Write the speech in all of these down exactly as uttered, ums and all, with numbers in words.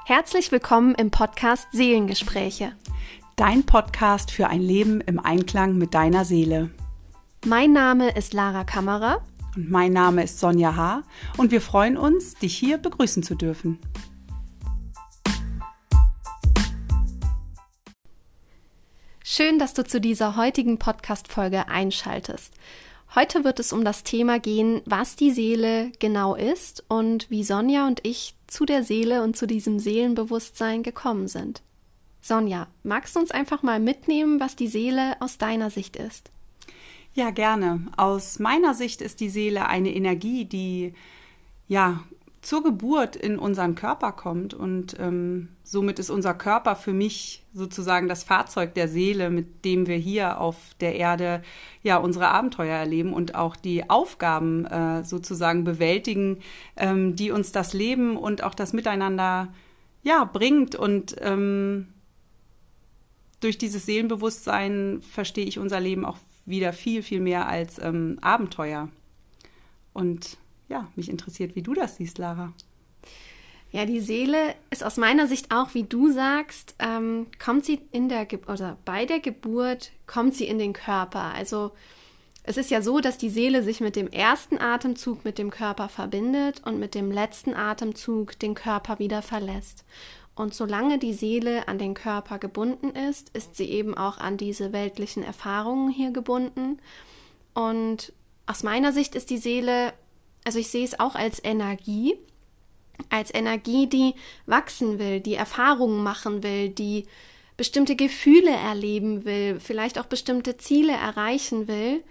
Herzlich willkommen im Podcast Seelengespräche. Dein Podcast für ein Leben im Einklang mit deiner Seele. Mein Name ist Lara Kammerer. Und mein Name ist Sonja H. Und wir freuen uns, dich hier begrüßen zu dürfen. Schön, dass du zu dieser heutigen Podcast-Folge einschaltest. Heute wird es um das Thema gehen, was die Seele genau ist und wie Sonja und ich zu der Seele und zu diesem Seelenbewusstsein gekommen sind. Sonja, magst du uns einfach mal mitnehmen, was die Seele aus deiner Sicht ist? Ja, gerne. Aus meiner Sicht ist die Seele eine Energie, die ja zur Geburt in unseren Körper kommt und ähm, somit ist unser Körper für mich sozusagen das Fahrzeug der Seele, mit dem wir hier auf der Erde ja unsere Abenteuer erleben und auch die Aufgaben äh, sozusagen bewältigen, ähm, die uns das Leben und auch das Miteinander ja bringt. Und ähm, durch dieses Seelenbewusstsein verstehe ich unser Leben auch wieder viel, viel mehr als ähm, Abenteuer. Und ja, mich interessiert, wie du das siehst, Lara. Ja, die Seele ist aus meiner Sicht auch, wie du sagst, ähm, kommt sie in der Ge- oder bei der Geburt kommt sie in den Körper. Also es ist ja so, dass die Seele sich mit dem ersten Atemzug mit dem Körper verbindet und mit dem letzten Atemzug den Körper wieder verlässt. Und solange die Seele an den Körper gebunden ist, ist sie eben auch an diese weltlichen Erfahrungen hier gebunden. Und aus meiner Sicht ist die Seele, also ich sehe es auch als Energie, als Energie, die wachsen will, die Erfahrungen machen will, die bestimmte Gefühle erleben will, vielleicht auch bestimmte Ziele erreichen will.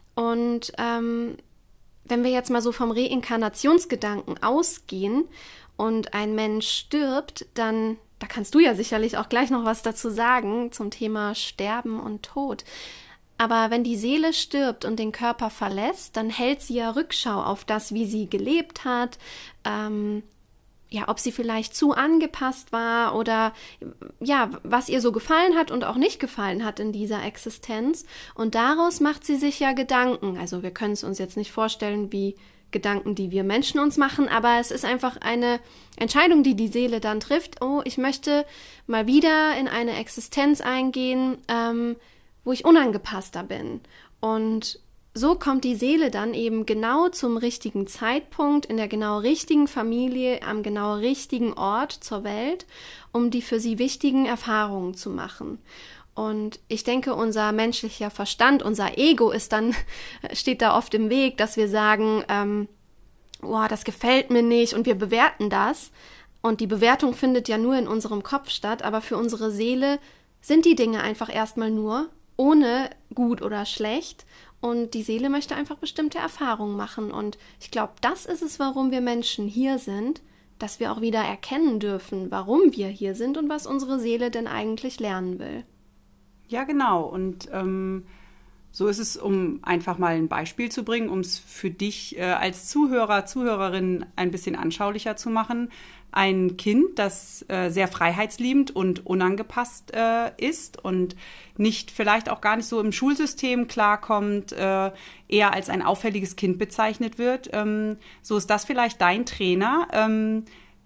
Und ähm, wenn wir jetzt mal so vom Reinkarnationsgedanken ausgehen und ein Mensch stirbt, dann, da kannst du ja sicherlich auch gleich noch was dazu sagen zum Thema Sterben und Tod. Aber wenn die Seele stirbt und den Körper verlässt, dann hält sie ja Rückschau auf das, wie sie gelebt hat, ähm, ja, ob sie vielleicht zu angepasst war oder ja, was ihr so gefallen hat und auch nicht gefallen hat in dieser Existenz. Und daraus macht sie sich ja Gedanken. Also wir können es uns jetzt nicht vorstellen, wie Gedanken, die wir Menschen uns machen, aber es ist einfach eine Entscheidung, die die Seele dann trifft. Oh, ich möchte mal wieder in eine Existenz eingehen, ähm, wo ich unangepasster bin. Und so kommt die Seele dann eben genau zum richtigen Zeitpunkt, in der genau richtigen Familie, am genau richtigen Ort zur Welt, um die für sie wichtigen Erfahrungen zu machen. Und ich denke, unser menschlicher Verstand, unser Ego ist dann, steht da oft im Weg, dass wir sagen, ähm, boah, das gefällt mir nicht und wir bewerten das. Und die Bewertung findet ja nur in unserem Kopf statt, aber für unsere Seele sind die Dinge einfach erstmal nur ohne gut oder schlecht. Und die Seele möchte einfach bestimmte Erfahrungen machen. Und ich glaube, das ist es, warum wir Menschen hier sind, dass wir auch wieder erkennen dürfen, warum wir hier sind und was unsere Seele denn eigentlich lernen will. Ja, genau. Und ähm, so ist es, um einfach mal ein Beispiel zu bringen, um es für dich äh, als Zuhörer, Zuhörerin ein bisschen anschaulicher zu machen. Ein Kind, das äh, sehr freiheitsliebend und unangepasst äh, ist und nicht vielleicht auch gar nicht so im Schulsystem klarkommt, äh, eher als ein auffälliges Kind bezeichnet wird. Ähm, so ist das vielleicht dein Trainer, ähm,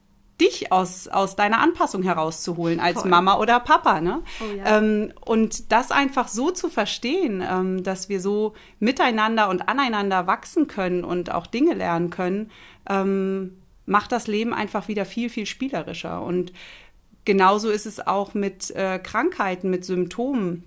dich aus, aus deiner Anpassung herauszuholen als Voll. Mama oder Papa. Ne? Oh ja. ähm, und das einfach so zu verstehen, ähm, dass wir so miteinander und aneinander wachsen können und auch Dinge lernen können, ähm, macht das Leben einfach wieder viel, viel spielerischer. Und genauso ist es auch mit äh, Krankheiten, mit Symptomen.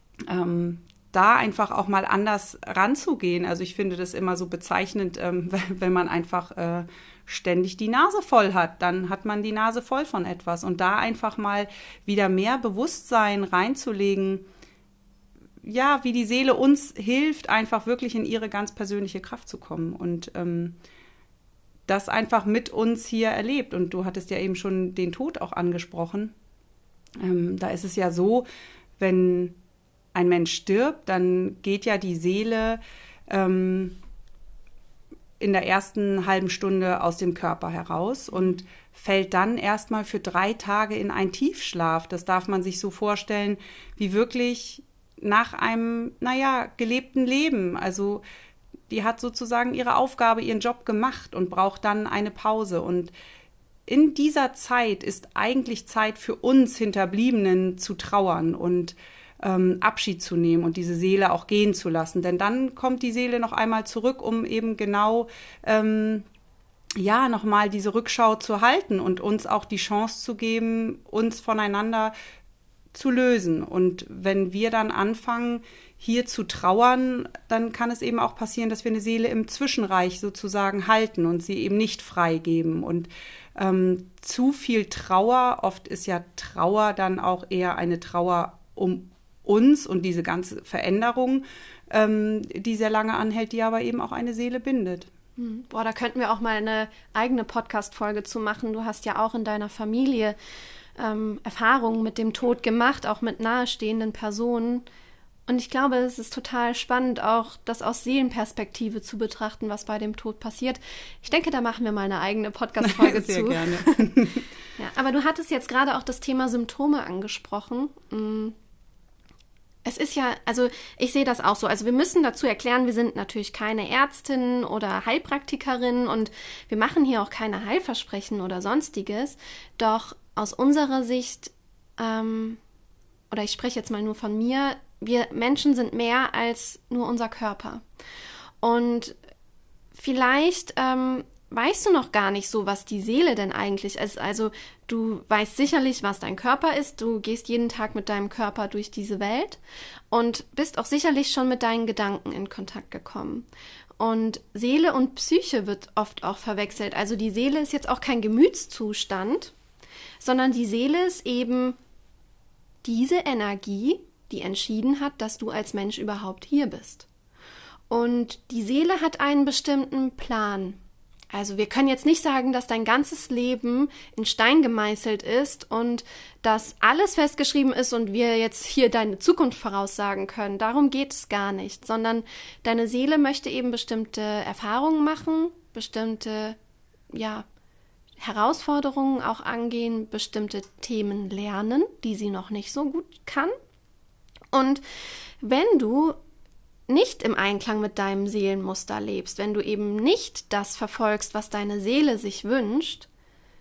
Ähm, da einfach auch mal anders ranzugehen. Also ich finde das immer so bezeichnend, ähm, wenn man einfach äh, ständig die Nase voll hat, dann hat man die Nase voll von etwas. Und da einfach mal wieder mehr Bewusstsein reinzulegen, ja, wie die Seele uns hilft, einfach wirklich in ihre ganz persönliche Kraft zu kommen. Und ähm, das einfach mit uns hier erlebt. Und du hattest ja eben schon den Tod auch angesprochen. Ähm, da ist es ja so, wenn ein Mensch stirbt, dann geht ja die Seele ähm, in der ersten halben Stunde aus dem Körper heraus und fällt dann erstmal für drei Tage in einen Tiefschlaf. Das darf man sich so vorstellen, wie wirklich nach einem, naja, gelebten Leben. Also die hat sozusagen ihre Aufgabe, ihren Job gemacht und braucht dann eine Pause. Und in dieser Zeit ist eigentlich Zeit für uns Hinterbliebenen zu trauern und ähm, Abschied zu nehmen und diese Seele auch gehen zu lassen. Denn dann kommt die Seele noch einmal zurück, um eben genau ähm, ja nochmal diese Rückschau zu halten und uns auch die Chance zu geben, uns voneinander zu lösen. Und wenn wir dann anfangen, hier zu trauern, dann kann es eben auch passieren, dass wir eine Seele im Zwischenreich sozusagen halten und sie eben nicht freigeben. Und ähm, zu viel Trauer, oft ist ja Trauer dann auch eher eine Trauer um uns und diese ganze Veränderung, ähm, die sehr lange anhält, die aber eben auch eine Seele bindet. Boah, da könnten wir auch mal eine eigene Podcast-Folge zu machen. Du hast ja auch in deiner Familie ähm, Erfahrungen mit dem Tod gemacht, auch mit nahestehenden Personen. Und ich glaube, es ist total spannend, auch das aus Seelenperspektive zu betrachten, was bei dem Tod passiert. Ich denke, da machen wir mal eine eigene Podcast-Folge zu. Sehr gerne. Ja, aber du hattest jetzt gerade auch das Thema Symptome angesprochen. Es ist ja, also ich sehe das auch so. Also wir müssen dazu erklären, wir sind natürlich keine Ärztinnen oder Heilpraktikerinnen und wir machen hier auch keine Heilversprechen oder sonstiges. Doch aus unserer Sicht, ähm, oder ich spreche jetzt mal nur von mir, wir Menschen sind mehr als nur unser Körper. Und vielleicht ähm, weißt du noch gar nicht so, was die Seele denn eigentlich ist. Also du weißt sicherlich, was dein Körper ist. Du gehst jeden Tag mit deinem Körper durch diese Welt und bist auch sicherlich schon mit deinen Gedanken in Kontakt gekommen. Und Seele und Psyche wird oft auch verwechselt. Also die Seele ist jetzt auch kein Gemütszustand, sondern die Seele ist eben diese Energie, die entschieden hat, dass du als Mensch überhaupt hier bist. Und die Seele hat einen bestimmten Plan. Also wir können jetzt nicht sagen, dass dein ganzes Leben in Stein gemeißelt ist und dass alles festgeschrieben ist und wir jetzt hier deine Zukunft voraussagen können. Darum geht es gar nicht, sondern deine Seele möchte eben bestimmte Erfahrungen machen, bestimmte, ja, Herausforderungen auch angehen, bestimmte Themen lernen, die sie noch nicht so gut kann. Und wenn du nicht im Einklang mit deinem Seelenmuster lebst, wenn du eben nicht das verfolgst, was deine Seele sich wünscht,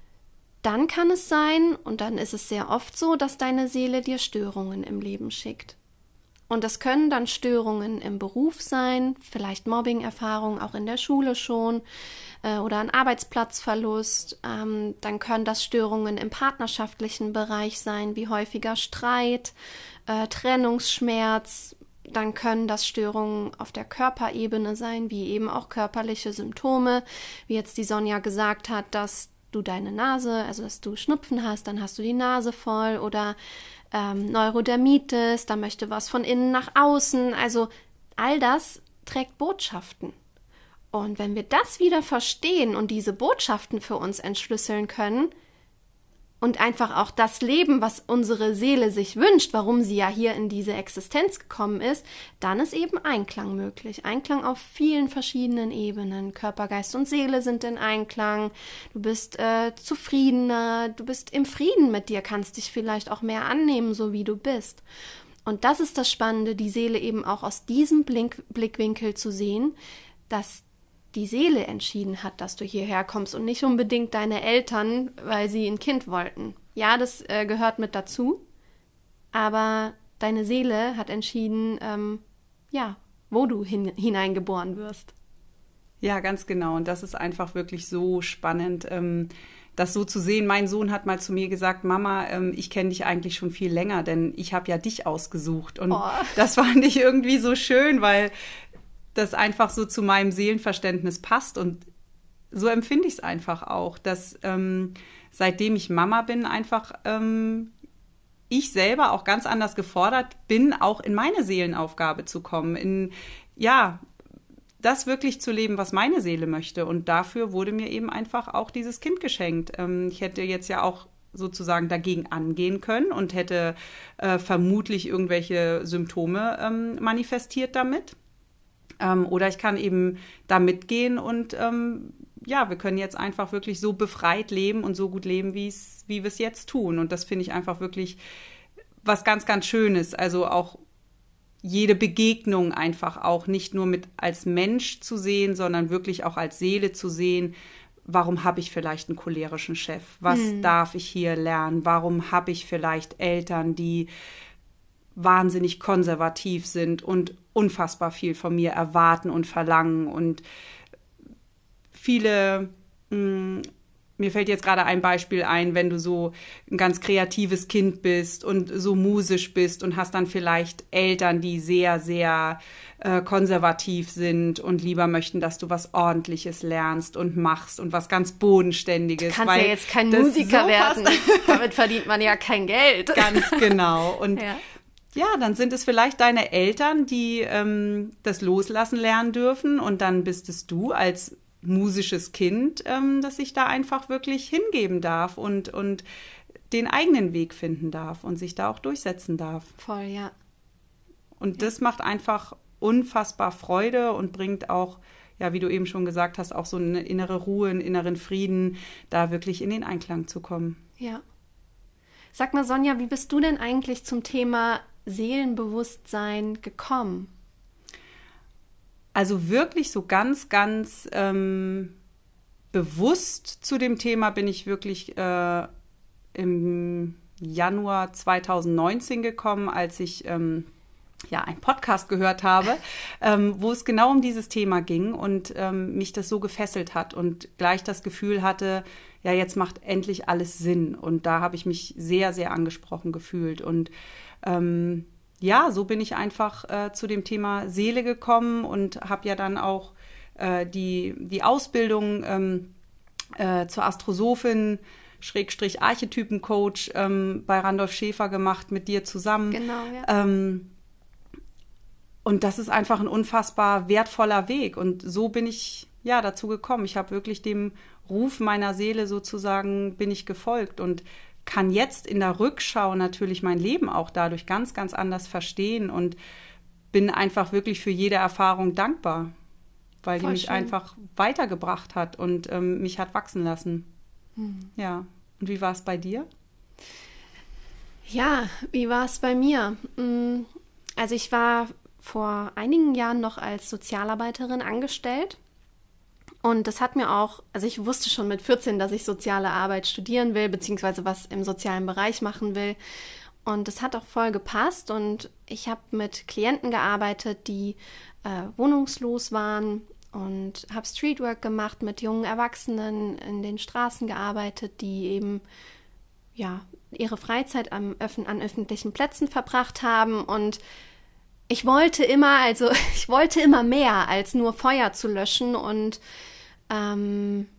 dann kann es sein, und dann ist es sehr oft so, dass deine Seele dir Störungen im Leben schickt. Und das können dann Störungen im Beruf sein, vielleicht Mobbing-Erfahrungen auch in der Schule schon äh, oder ein Arbeitsplatzverlust. Ähm, dann können das Störungen im partnerschaftlichen Bereich sein, wie häufiger Streit, äh, Trennungsschmerz. Dann können das Störungen auf der Körperebene sein, wie eben auch körperliche Symptome, wie jetzt die Sonja gesagt hat, dass du deine Nase, also dass du Schnupfen hast, dann hast du die Nase voll oder ähm, Neurodermitis, da möchte was von innen nach außen. Also all das trägt Botschaften. Und wenn wir das wieder verstehen und diese Botschaften für uns entschlüsseln können, und einfach auch das Leben, was unsere Seele sich wünscht, warum sie ja hier in diese Existenz gekommen ist, dann ist eben Einklang möglich. Einklang auf vielen verschiedenen Ebenen. Körper, Geist und Seele sind in Einklang. Du bist äh, zufriedener, du bist im Frieden mit dir, kannst dich vielleicht auch mehr annehmen, so wie du bist. Und das ist das Spannende, die Seele eben auch aus diesem Blick, Blickwinkel zu sehen, dass die Seele entschieden hat, dass du hierher kommst und nicht unbedingt deine Eltern, weil sie ein Kind wollten. Ja, das äh, gehört mit dazu, aber deine Seele hat entschieden, ähm, ja, wo du hin, hineingeboren wirst. Ja, ganz genau. Und das ist einfach wirklich so spannend, ähm, das so zu sehen. Mein Sohn hat mal zu mir gesagt, Mama, ähm, ich kenne dich eigentlich schon viel länger, denn ich habe ja dich ausgesucht. Und oh. Das fand ich irgendwie so schön, weil das einfach so zu meinem Seelenverständnis passt. Und so empfinde ich es einfach auch, dass ähm, seitdem ich Mama bin, einfach ähm, ich selber auch ganz anders gefordert bin, auch in meine Seelenaufgabe zu kommen, in, ja, das wirklich zu leben, was meine Seele möchte. Und dafür wurde mir eben einfach auch dieses Kind geschenkt. Ähm, ich hätte jetzt ja auch sozusagen dagegen angehen können und hätte äh, vermutlich irgendwelche Symptome ähm, manifestiert damit. Ähm, oder ich kann eben da mitgehen und ähm, ja, wir können jetzt einfach wirklich so befreit leben und so gut leben, wie's, wie wir es jetzt tun. Und das finde ich einfach wirklich was ganz, ganz Schönes. Also auch jede Begegnung einfach auch nicht nur mit als Mensch zu sehen, sondern wirklich auch als Seele zu sehen, warum habe ich vielleicht einen cholerischen Chef? Was hm. darf ich hier lernen? Warum habe ich vielleicht Eltern, die wahnsinnig konservativ sind und unfassbar viel von mir erwarten und verlangen? Und viele, mh, mir fällt jetzt gerade ein Beispiel ein, wenn du so ein ganz kreatives Kind bist und so musisch bist und hast dann vielleicht Eltern, die sehr, sehr äh, konservativ sind und lieber möchten, dass du was Ordentliches lernst und machst und was ganz Bodenständiges. Du kannst ja jetzt kein Musiker so werden. Damit verdient man ja kein Geld. Ganz genau. Und ja. ja, dann sind es vielleicht deine Eltern, die ähm, das Loslassen lernen dürfen und dann bist es du als musisches Kind, ähm, das sich da einfach wirklich hingeben darf und, und den eigenen Weg finden darf und sich da auch durchsetzen darf. Voll, ja. Und das macht einfach unfassbar Freude und bringt auch, ja, wie du eben schon gesagt hast, auch so eine innere Ruhe, einen inneren Frieden, da wirklich in den Einklang zu kommen. Ja. Sag mal, Sonja, wie bist du denn eigentlich zum Thema Seelenbewusstsein gekommen? Also wirklich so ganz, ganz ähm, bewusst zu dem Thema bin ich wirklich äh, im Januar zwanzig neunzehn gekommen, als ich ähm, ja einen Podcast gehört habe, ähm, wo es genau um dieses Thema ging und ähm, mich das so gefesselt hat und gleich das Gefühl hatte, ja, jetzt macht endlich alles Sinn. Und da habe ich mich sehr, sehr angesprochen gefühlt. Und ähm, ja, so bin ich einfach äh, zu dem Thema Seele gekommen und habe ja dann auch äh, die, die Ausbildung ähm, äh, zur Astrosophin, Schrägstrich Archetypencoach ähm, bei Randolph Schäfer gemacht, mit dir zusammen. Genau, ja. Ähm, und das ist einfach ein unfassbar wertvoller Weg. Und so bin ich ja dazu gekommen. Ich habe wirklich dem Ruf meiner Seele sozusagen, bin ich gefolgt und kann jetzt in der Rückschau natürlich mein Leben auch dadurch ganz, ganz anders verstehen und bin einfach wirklich für jede Erfahrung dankbar, weil Voll die mich schön. einfach weitergebracht hat und ähm, mich hat wachsen lassen. Hm. Ja, und wie war es bei dir? Ja, wie war es bei mir? Also ich war vor einigen Jahren noch als Sozialarbeiterin angestellt. Und das hat mir auch, also ich wusste schon mit vierzehn, dass ich soziale Arbeit studieren will, beziehungsweise was im sozialen Bereich machen will. Und das hat auch voll gepasst. Und ich habe mit Klienten gearbeitet, die äh, wohnungslos waren und habe Streetwork gemacht, mit jungen Erwachsenen in den Straßen gearbeitet, die eben ja ihre Freizeit am Öff- an öffentlichen Plätzen verbracht haben. Und ich wollte immer, also ich wollte immer mehr, als nur Feuer zu löschen und ähm,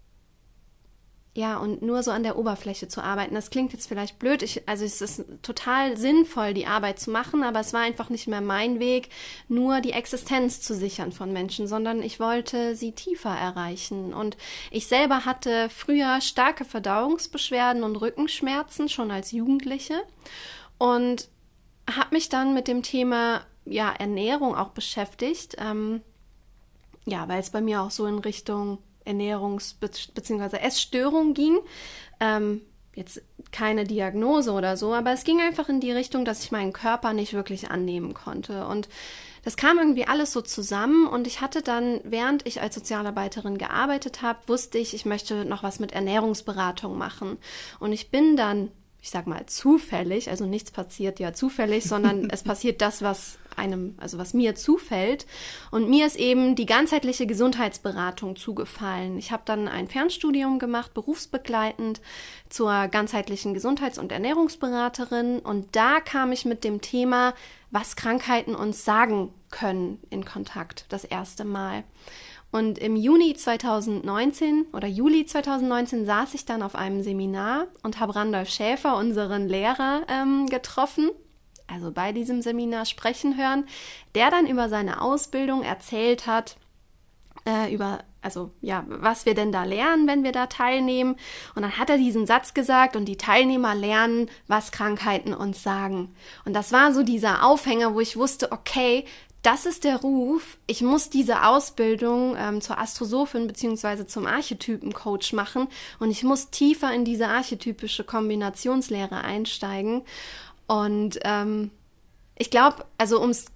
ja, und nur so an der Oberfläche zu arbeiten. Das klingt jetzt vielleicht blöd, ich, also es ist total sinnvoll, die Arbeit zu machen, aber es war einfach nicht mehr mein Weg, nur die Existenz zu sichern von Menschen, sondern ich wollte sie tiefer erreichen. Und ich selber hatte früher starke Verdauungsbeschwerden und Rückenschmerzen, schon als Jugendliche, und habe mich dann mit dem Thema ja, Ernährung auch beschäftigt, ähm, ja, weil es bei mir auch so in Richtung Ernährungs- bzw. Essstörung ging. Ähm, jetzt keine Diagnose oder so, aber es ging einfach in die Richtung, dass ich meinen Körper nicht wirklich annehmen konnte. Und das kam irgendwie alles so zusammen und ich hatte dann, während ich als Sozialarbeiterin gearbeitet habe, wusste ich, ich möchte noch was mit Ernährungsberatung machen. Und ich bin dann, ich sag mal, zufällig, also nichts passiert ja zufällig, sondern es passiert das, was einem, also was mir zufällt. Und mir ist eben die ganzheitliche Gesundheitsberatung zugefallen. Ich habe dann ein Fernstudium gemacht, berufsbegleitend zur ganzheitlichen Gesundheits- und Ernährungsberaterin. Und da kam ich mit dem Thema, was Krankheiten uns sagen können, in Kontakt, das erste Mal. Und im Juni zwanzig neunzehn oder Juli zwanzig neunzehn saß ich dann auf einem Seminar und habe Randolph Schäfer, unseren Lehrer, ähm, getroffen, also bei diesem Seminar sprechen hören, der dann über seine Ausbildung erzählt hat, äh, über, also ja, was wir denn da lernen, wenn wir da teilnehmen. Und dann hat er diesen Satz gesagt, und die Teilnehmer lernen, was Krankheiten uns sagen. Und das war so dieser Aufhänger, wo ich wusste, okay, das ist der Ruf, ich muss diese Ausbildung ähm, zur Astrosophin bzw. zum Archetypencoach machen und ich muss tiefer in diese archetypische Kombinationslehre einsteigen. Und ähm, ich glaube, also um es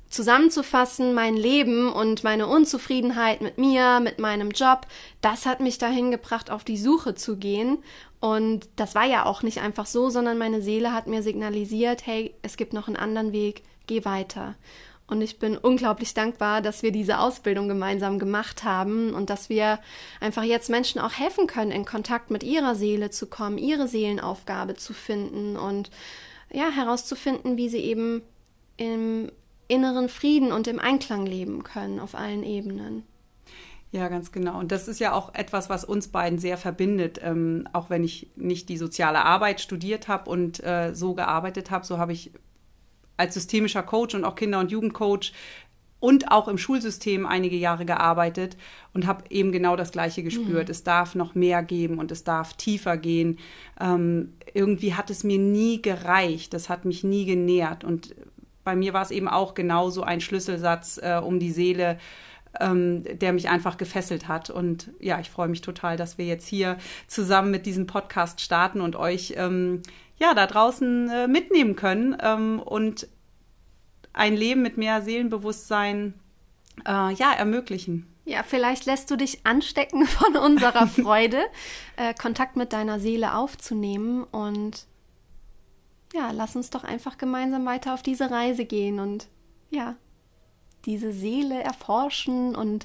zusammenzufassen, mein Leben und meine Unzufriedenheit mit mir, mit meinem Job, das hat mich dahin gebracht, auf die Suche zu gehen. Und das war ja auch nicht einfach so, sondern meine Seele hat mir signalisiert, hey, es gibt noch einen anderen Weg, geh weiter. Und ich bin unglaublich dankbar, dass wir diese Ausbildung gemeinsam gemacht haben und dass wir einfach jetzt Menschen auch helfen können, in Kontakt mit ihrer Seele zu kommen, ihre Seelenaufgabe zu finden und ja, herauszufinden, wie sie eben im inneren Frieden und im Einklang leben können auf allen Ebenen. Ja, ganz genau. Und das ist ja auch etwas, was uns beiden sehr verbindet. Ähm, auch wenn ich nicht die soziale Arbeit studiert habe und äh, so gearbeitet habe, so habe ich als systemischer Coach und auch Kinder- und Jugendcoach und auch im Schulsystem einige Jahre gearbeitet und habe eben genau das Gleiche gespürt. Mhm. Es darf noch mehr geben und es darf tiefer gehen. Ähm, irgendwie hat es mir nie gereicht. Das hat mich nie genährt. Und bei mir war es eben auch genau so ein Schlüsselsatz äh, um die Seele, ähm, der mich einfach gefesselt hat. Und ja, ich freue mich total, dass wir jetzt hier zusammen mit diesem Podcast starten und euch ähm, ja da draußen äh, mitnehmen können ähm, und ein Leben mit mehr Seelenbewusstsein äh, ja, ermöglichen. Ja, vielleicht lässt du dich anstecken von unserer Freude, äh, Kontakt mit deiner Seele aufzunehmen und ja, lass uns doch einfach gemeinsam weiter auf diese Reise gehen und ja, diese Seele erforschen und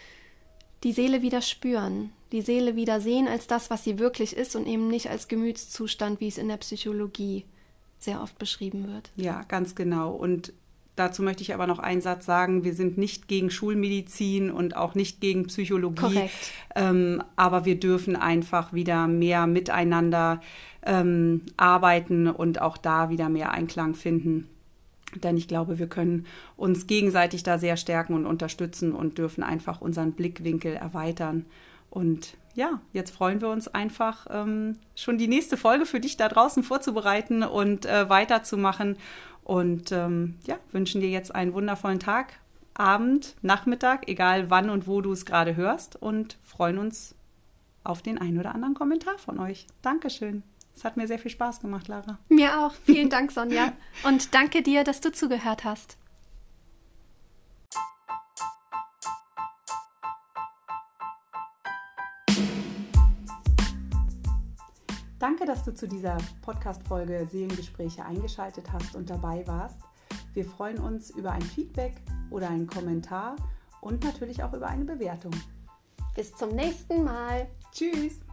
die Seele wieder spüren, die Seele wieder sehen als das, was sie wirklich ist und eben nicht als Gemütszustand, wie es in der Psychologie sehr oft beschrieben wird. Ja, ganz genau. Und dazu möchte ich aber noch einen Satz sagen. Wir sind nicht gegen Schulmedizin und auch nicht gegen Psychologie. Korrekt. Ähm, aber wir dürfen einfach wieder mehr miteinander ähm, arbeiten und auch da wieder mehr Einklang finden. Denn ich glaube, wir können uns gegenseitig da sehr stärken und unterstützen und dürfen einfach unseren Blickwinkel erweitern. Und ja, jetzt freuen wir uns einfach, ähm, schon die nächste Folge für dich da draußen vorzubereiten und äh, weiterzumachen. Und ähm, ja, wünschen dir jetzt einen wundervollen Tag, Abend, Nachmittag, egal wann und wo du es gerade hörst. Und freuen uns auf den einen oder anderen Kommentar von euch. Dankeschön. Es hat mir sehr viel Spaß gemacht, Lara. Mir auch. Vielen Dank, Sonja. Und danke dir, dass du zugehört hast. Danke, dass du zu dieser Podcast-Folge Seelengespräche eingeschaltet hast und dabei warst. Wir freuen uns über ein Feedback oder einen Kommentar und natürlich auch über eine Bewertung. Bis zum nächsten Mal. Tschüss.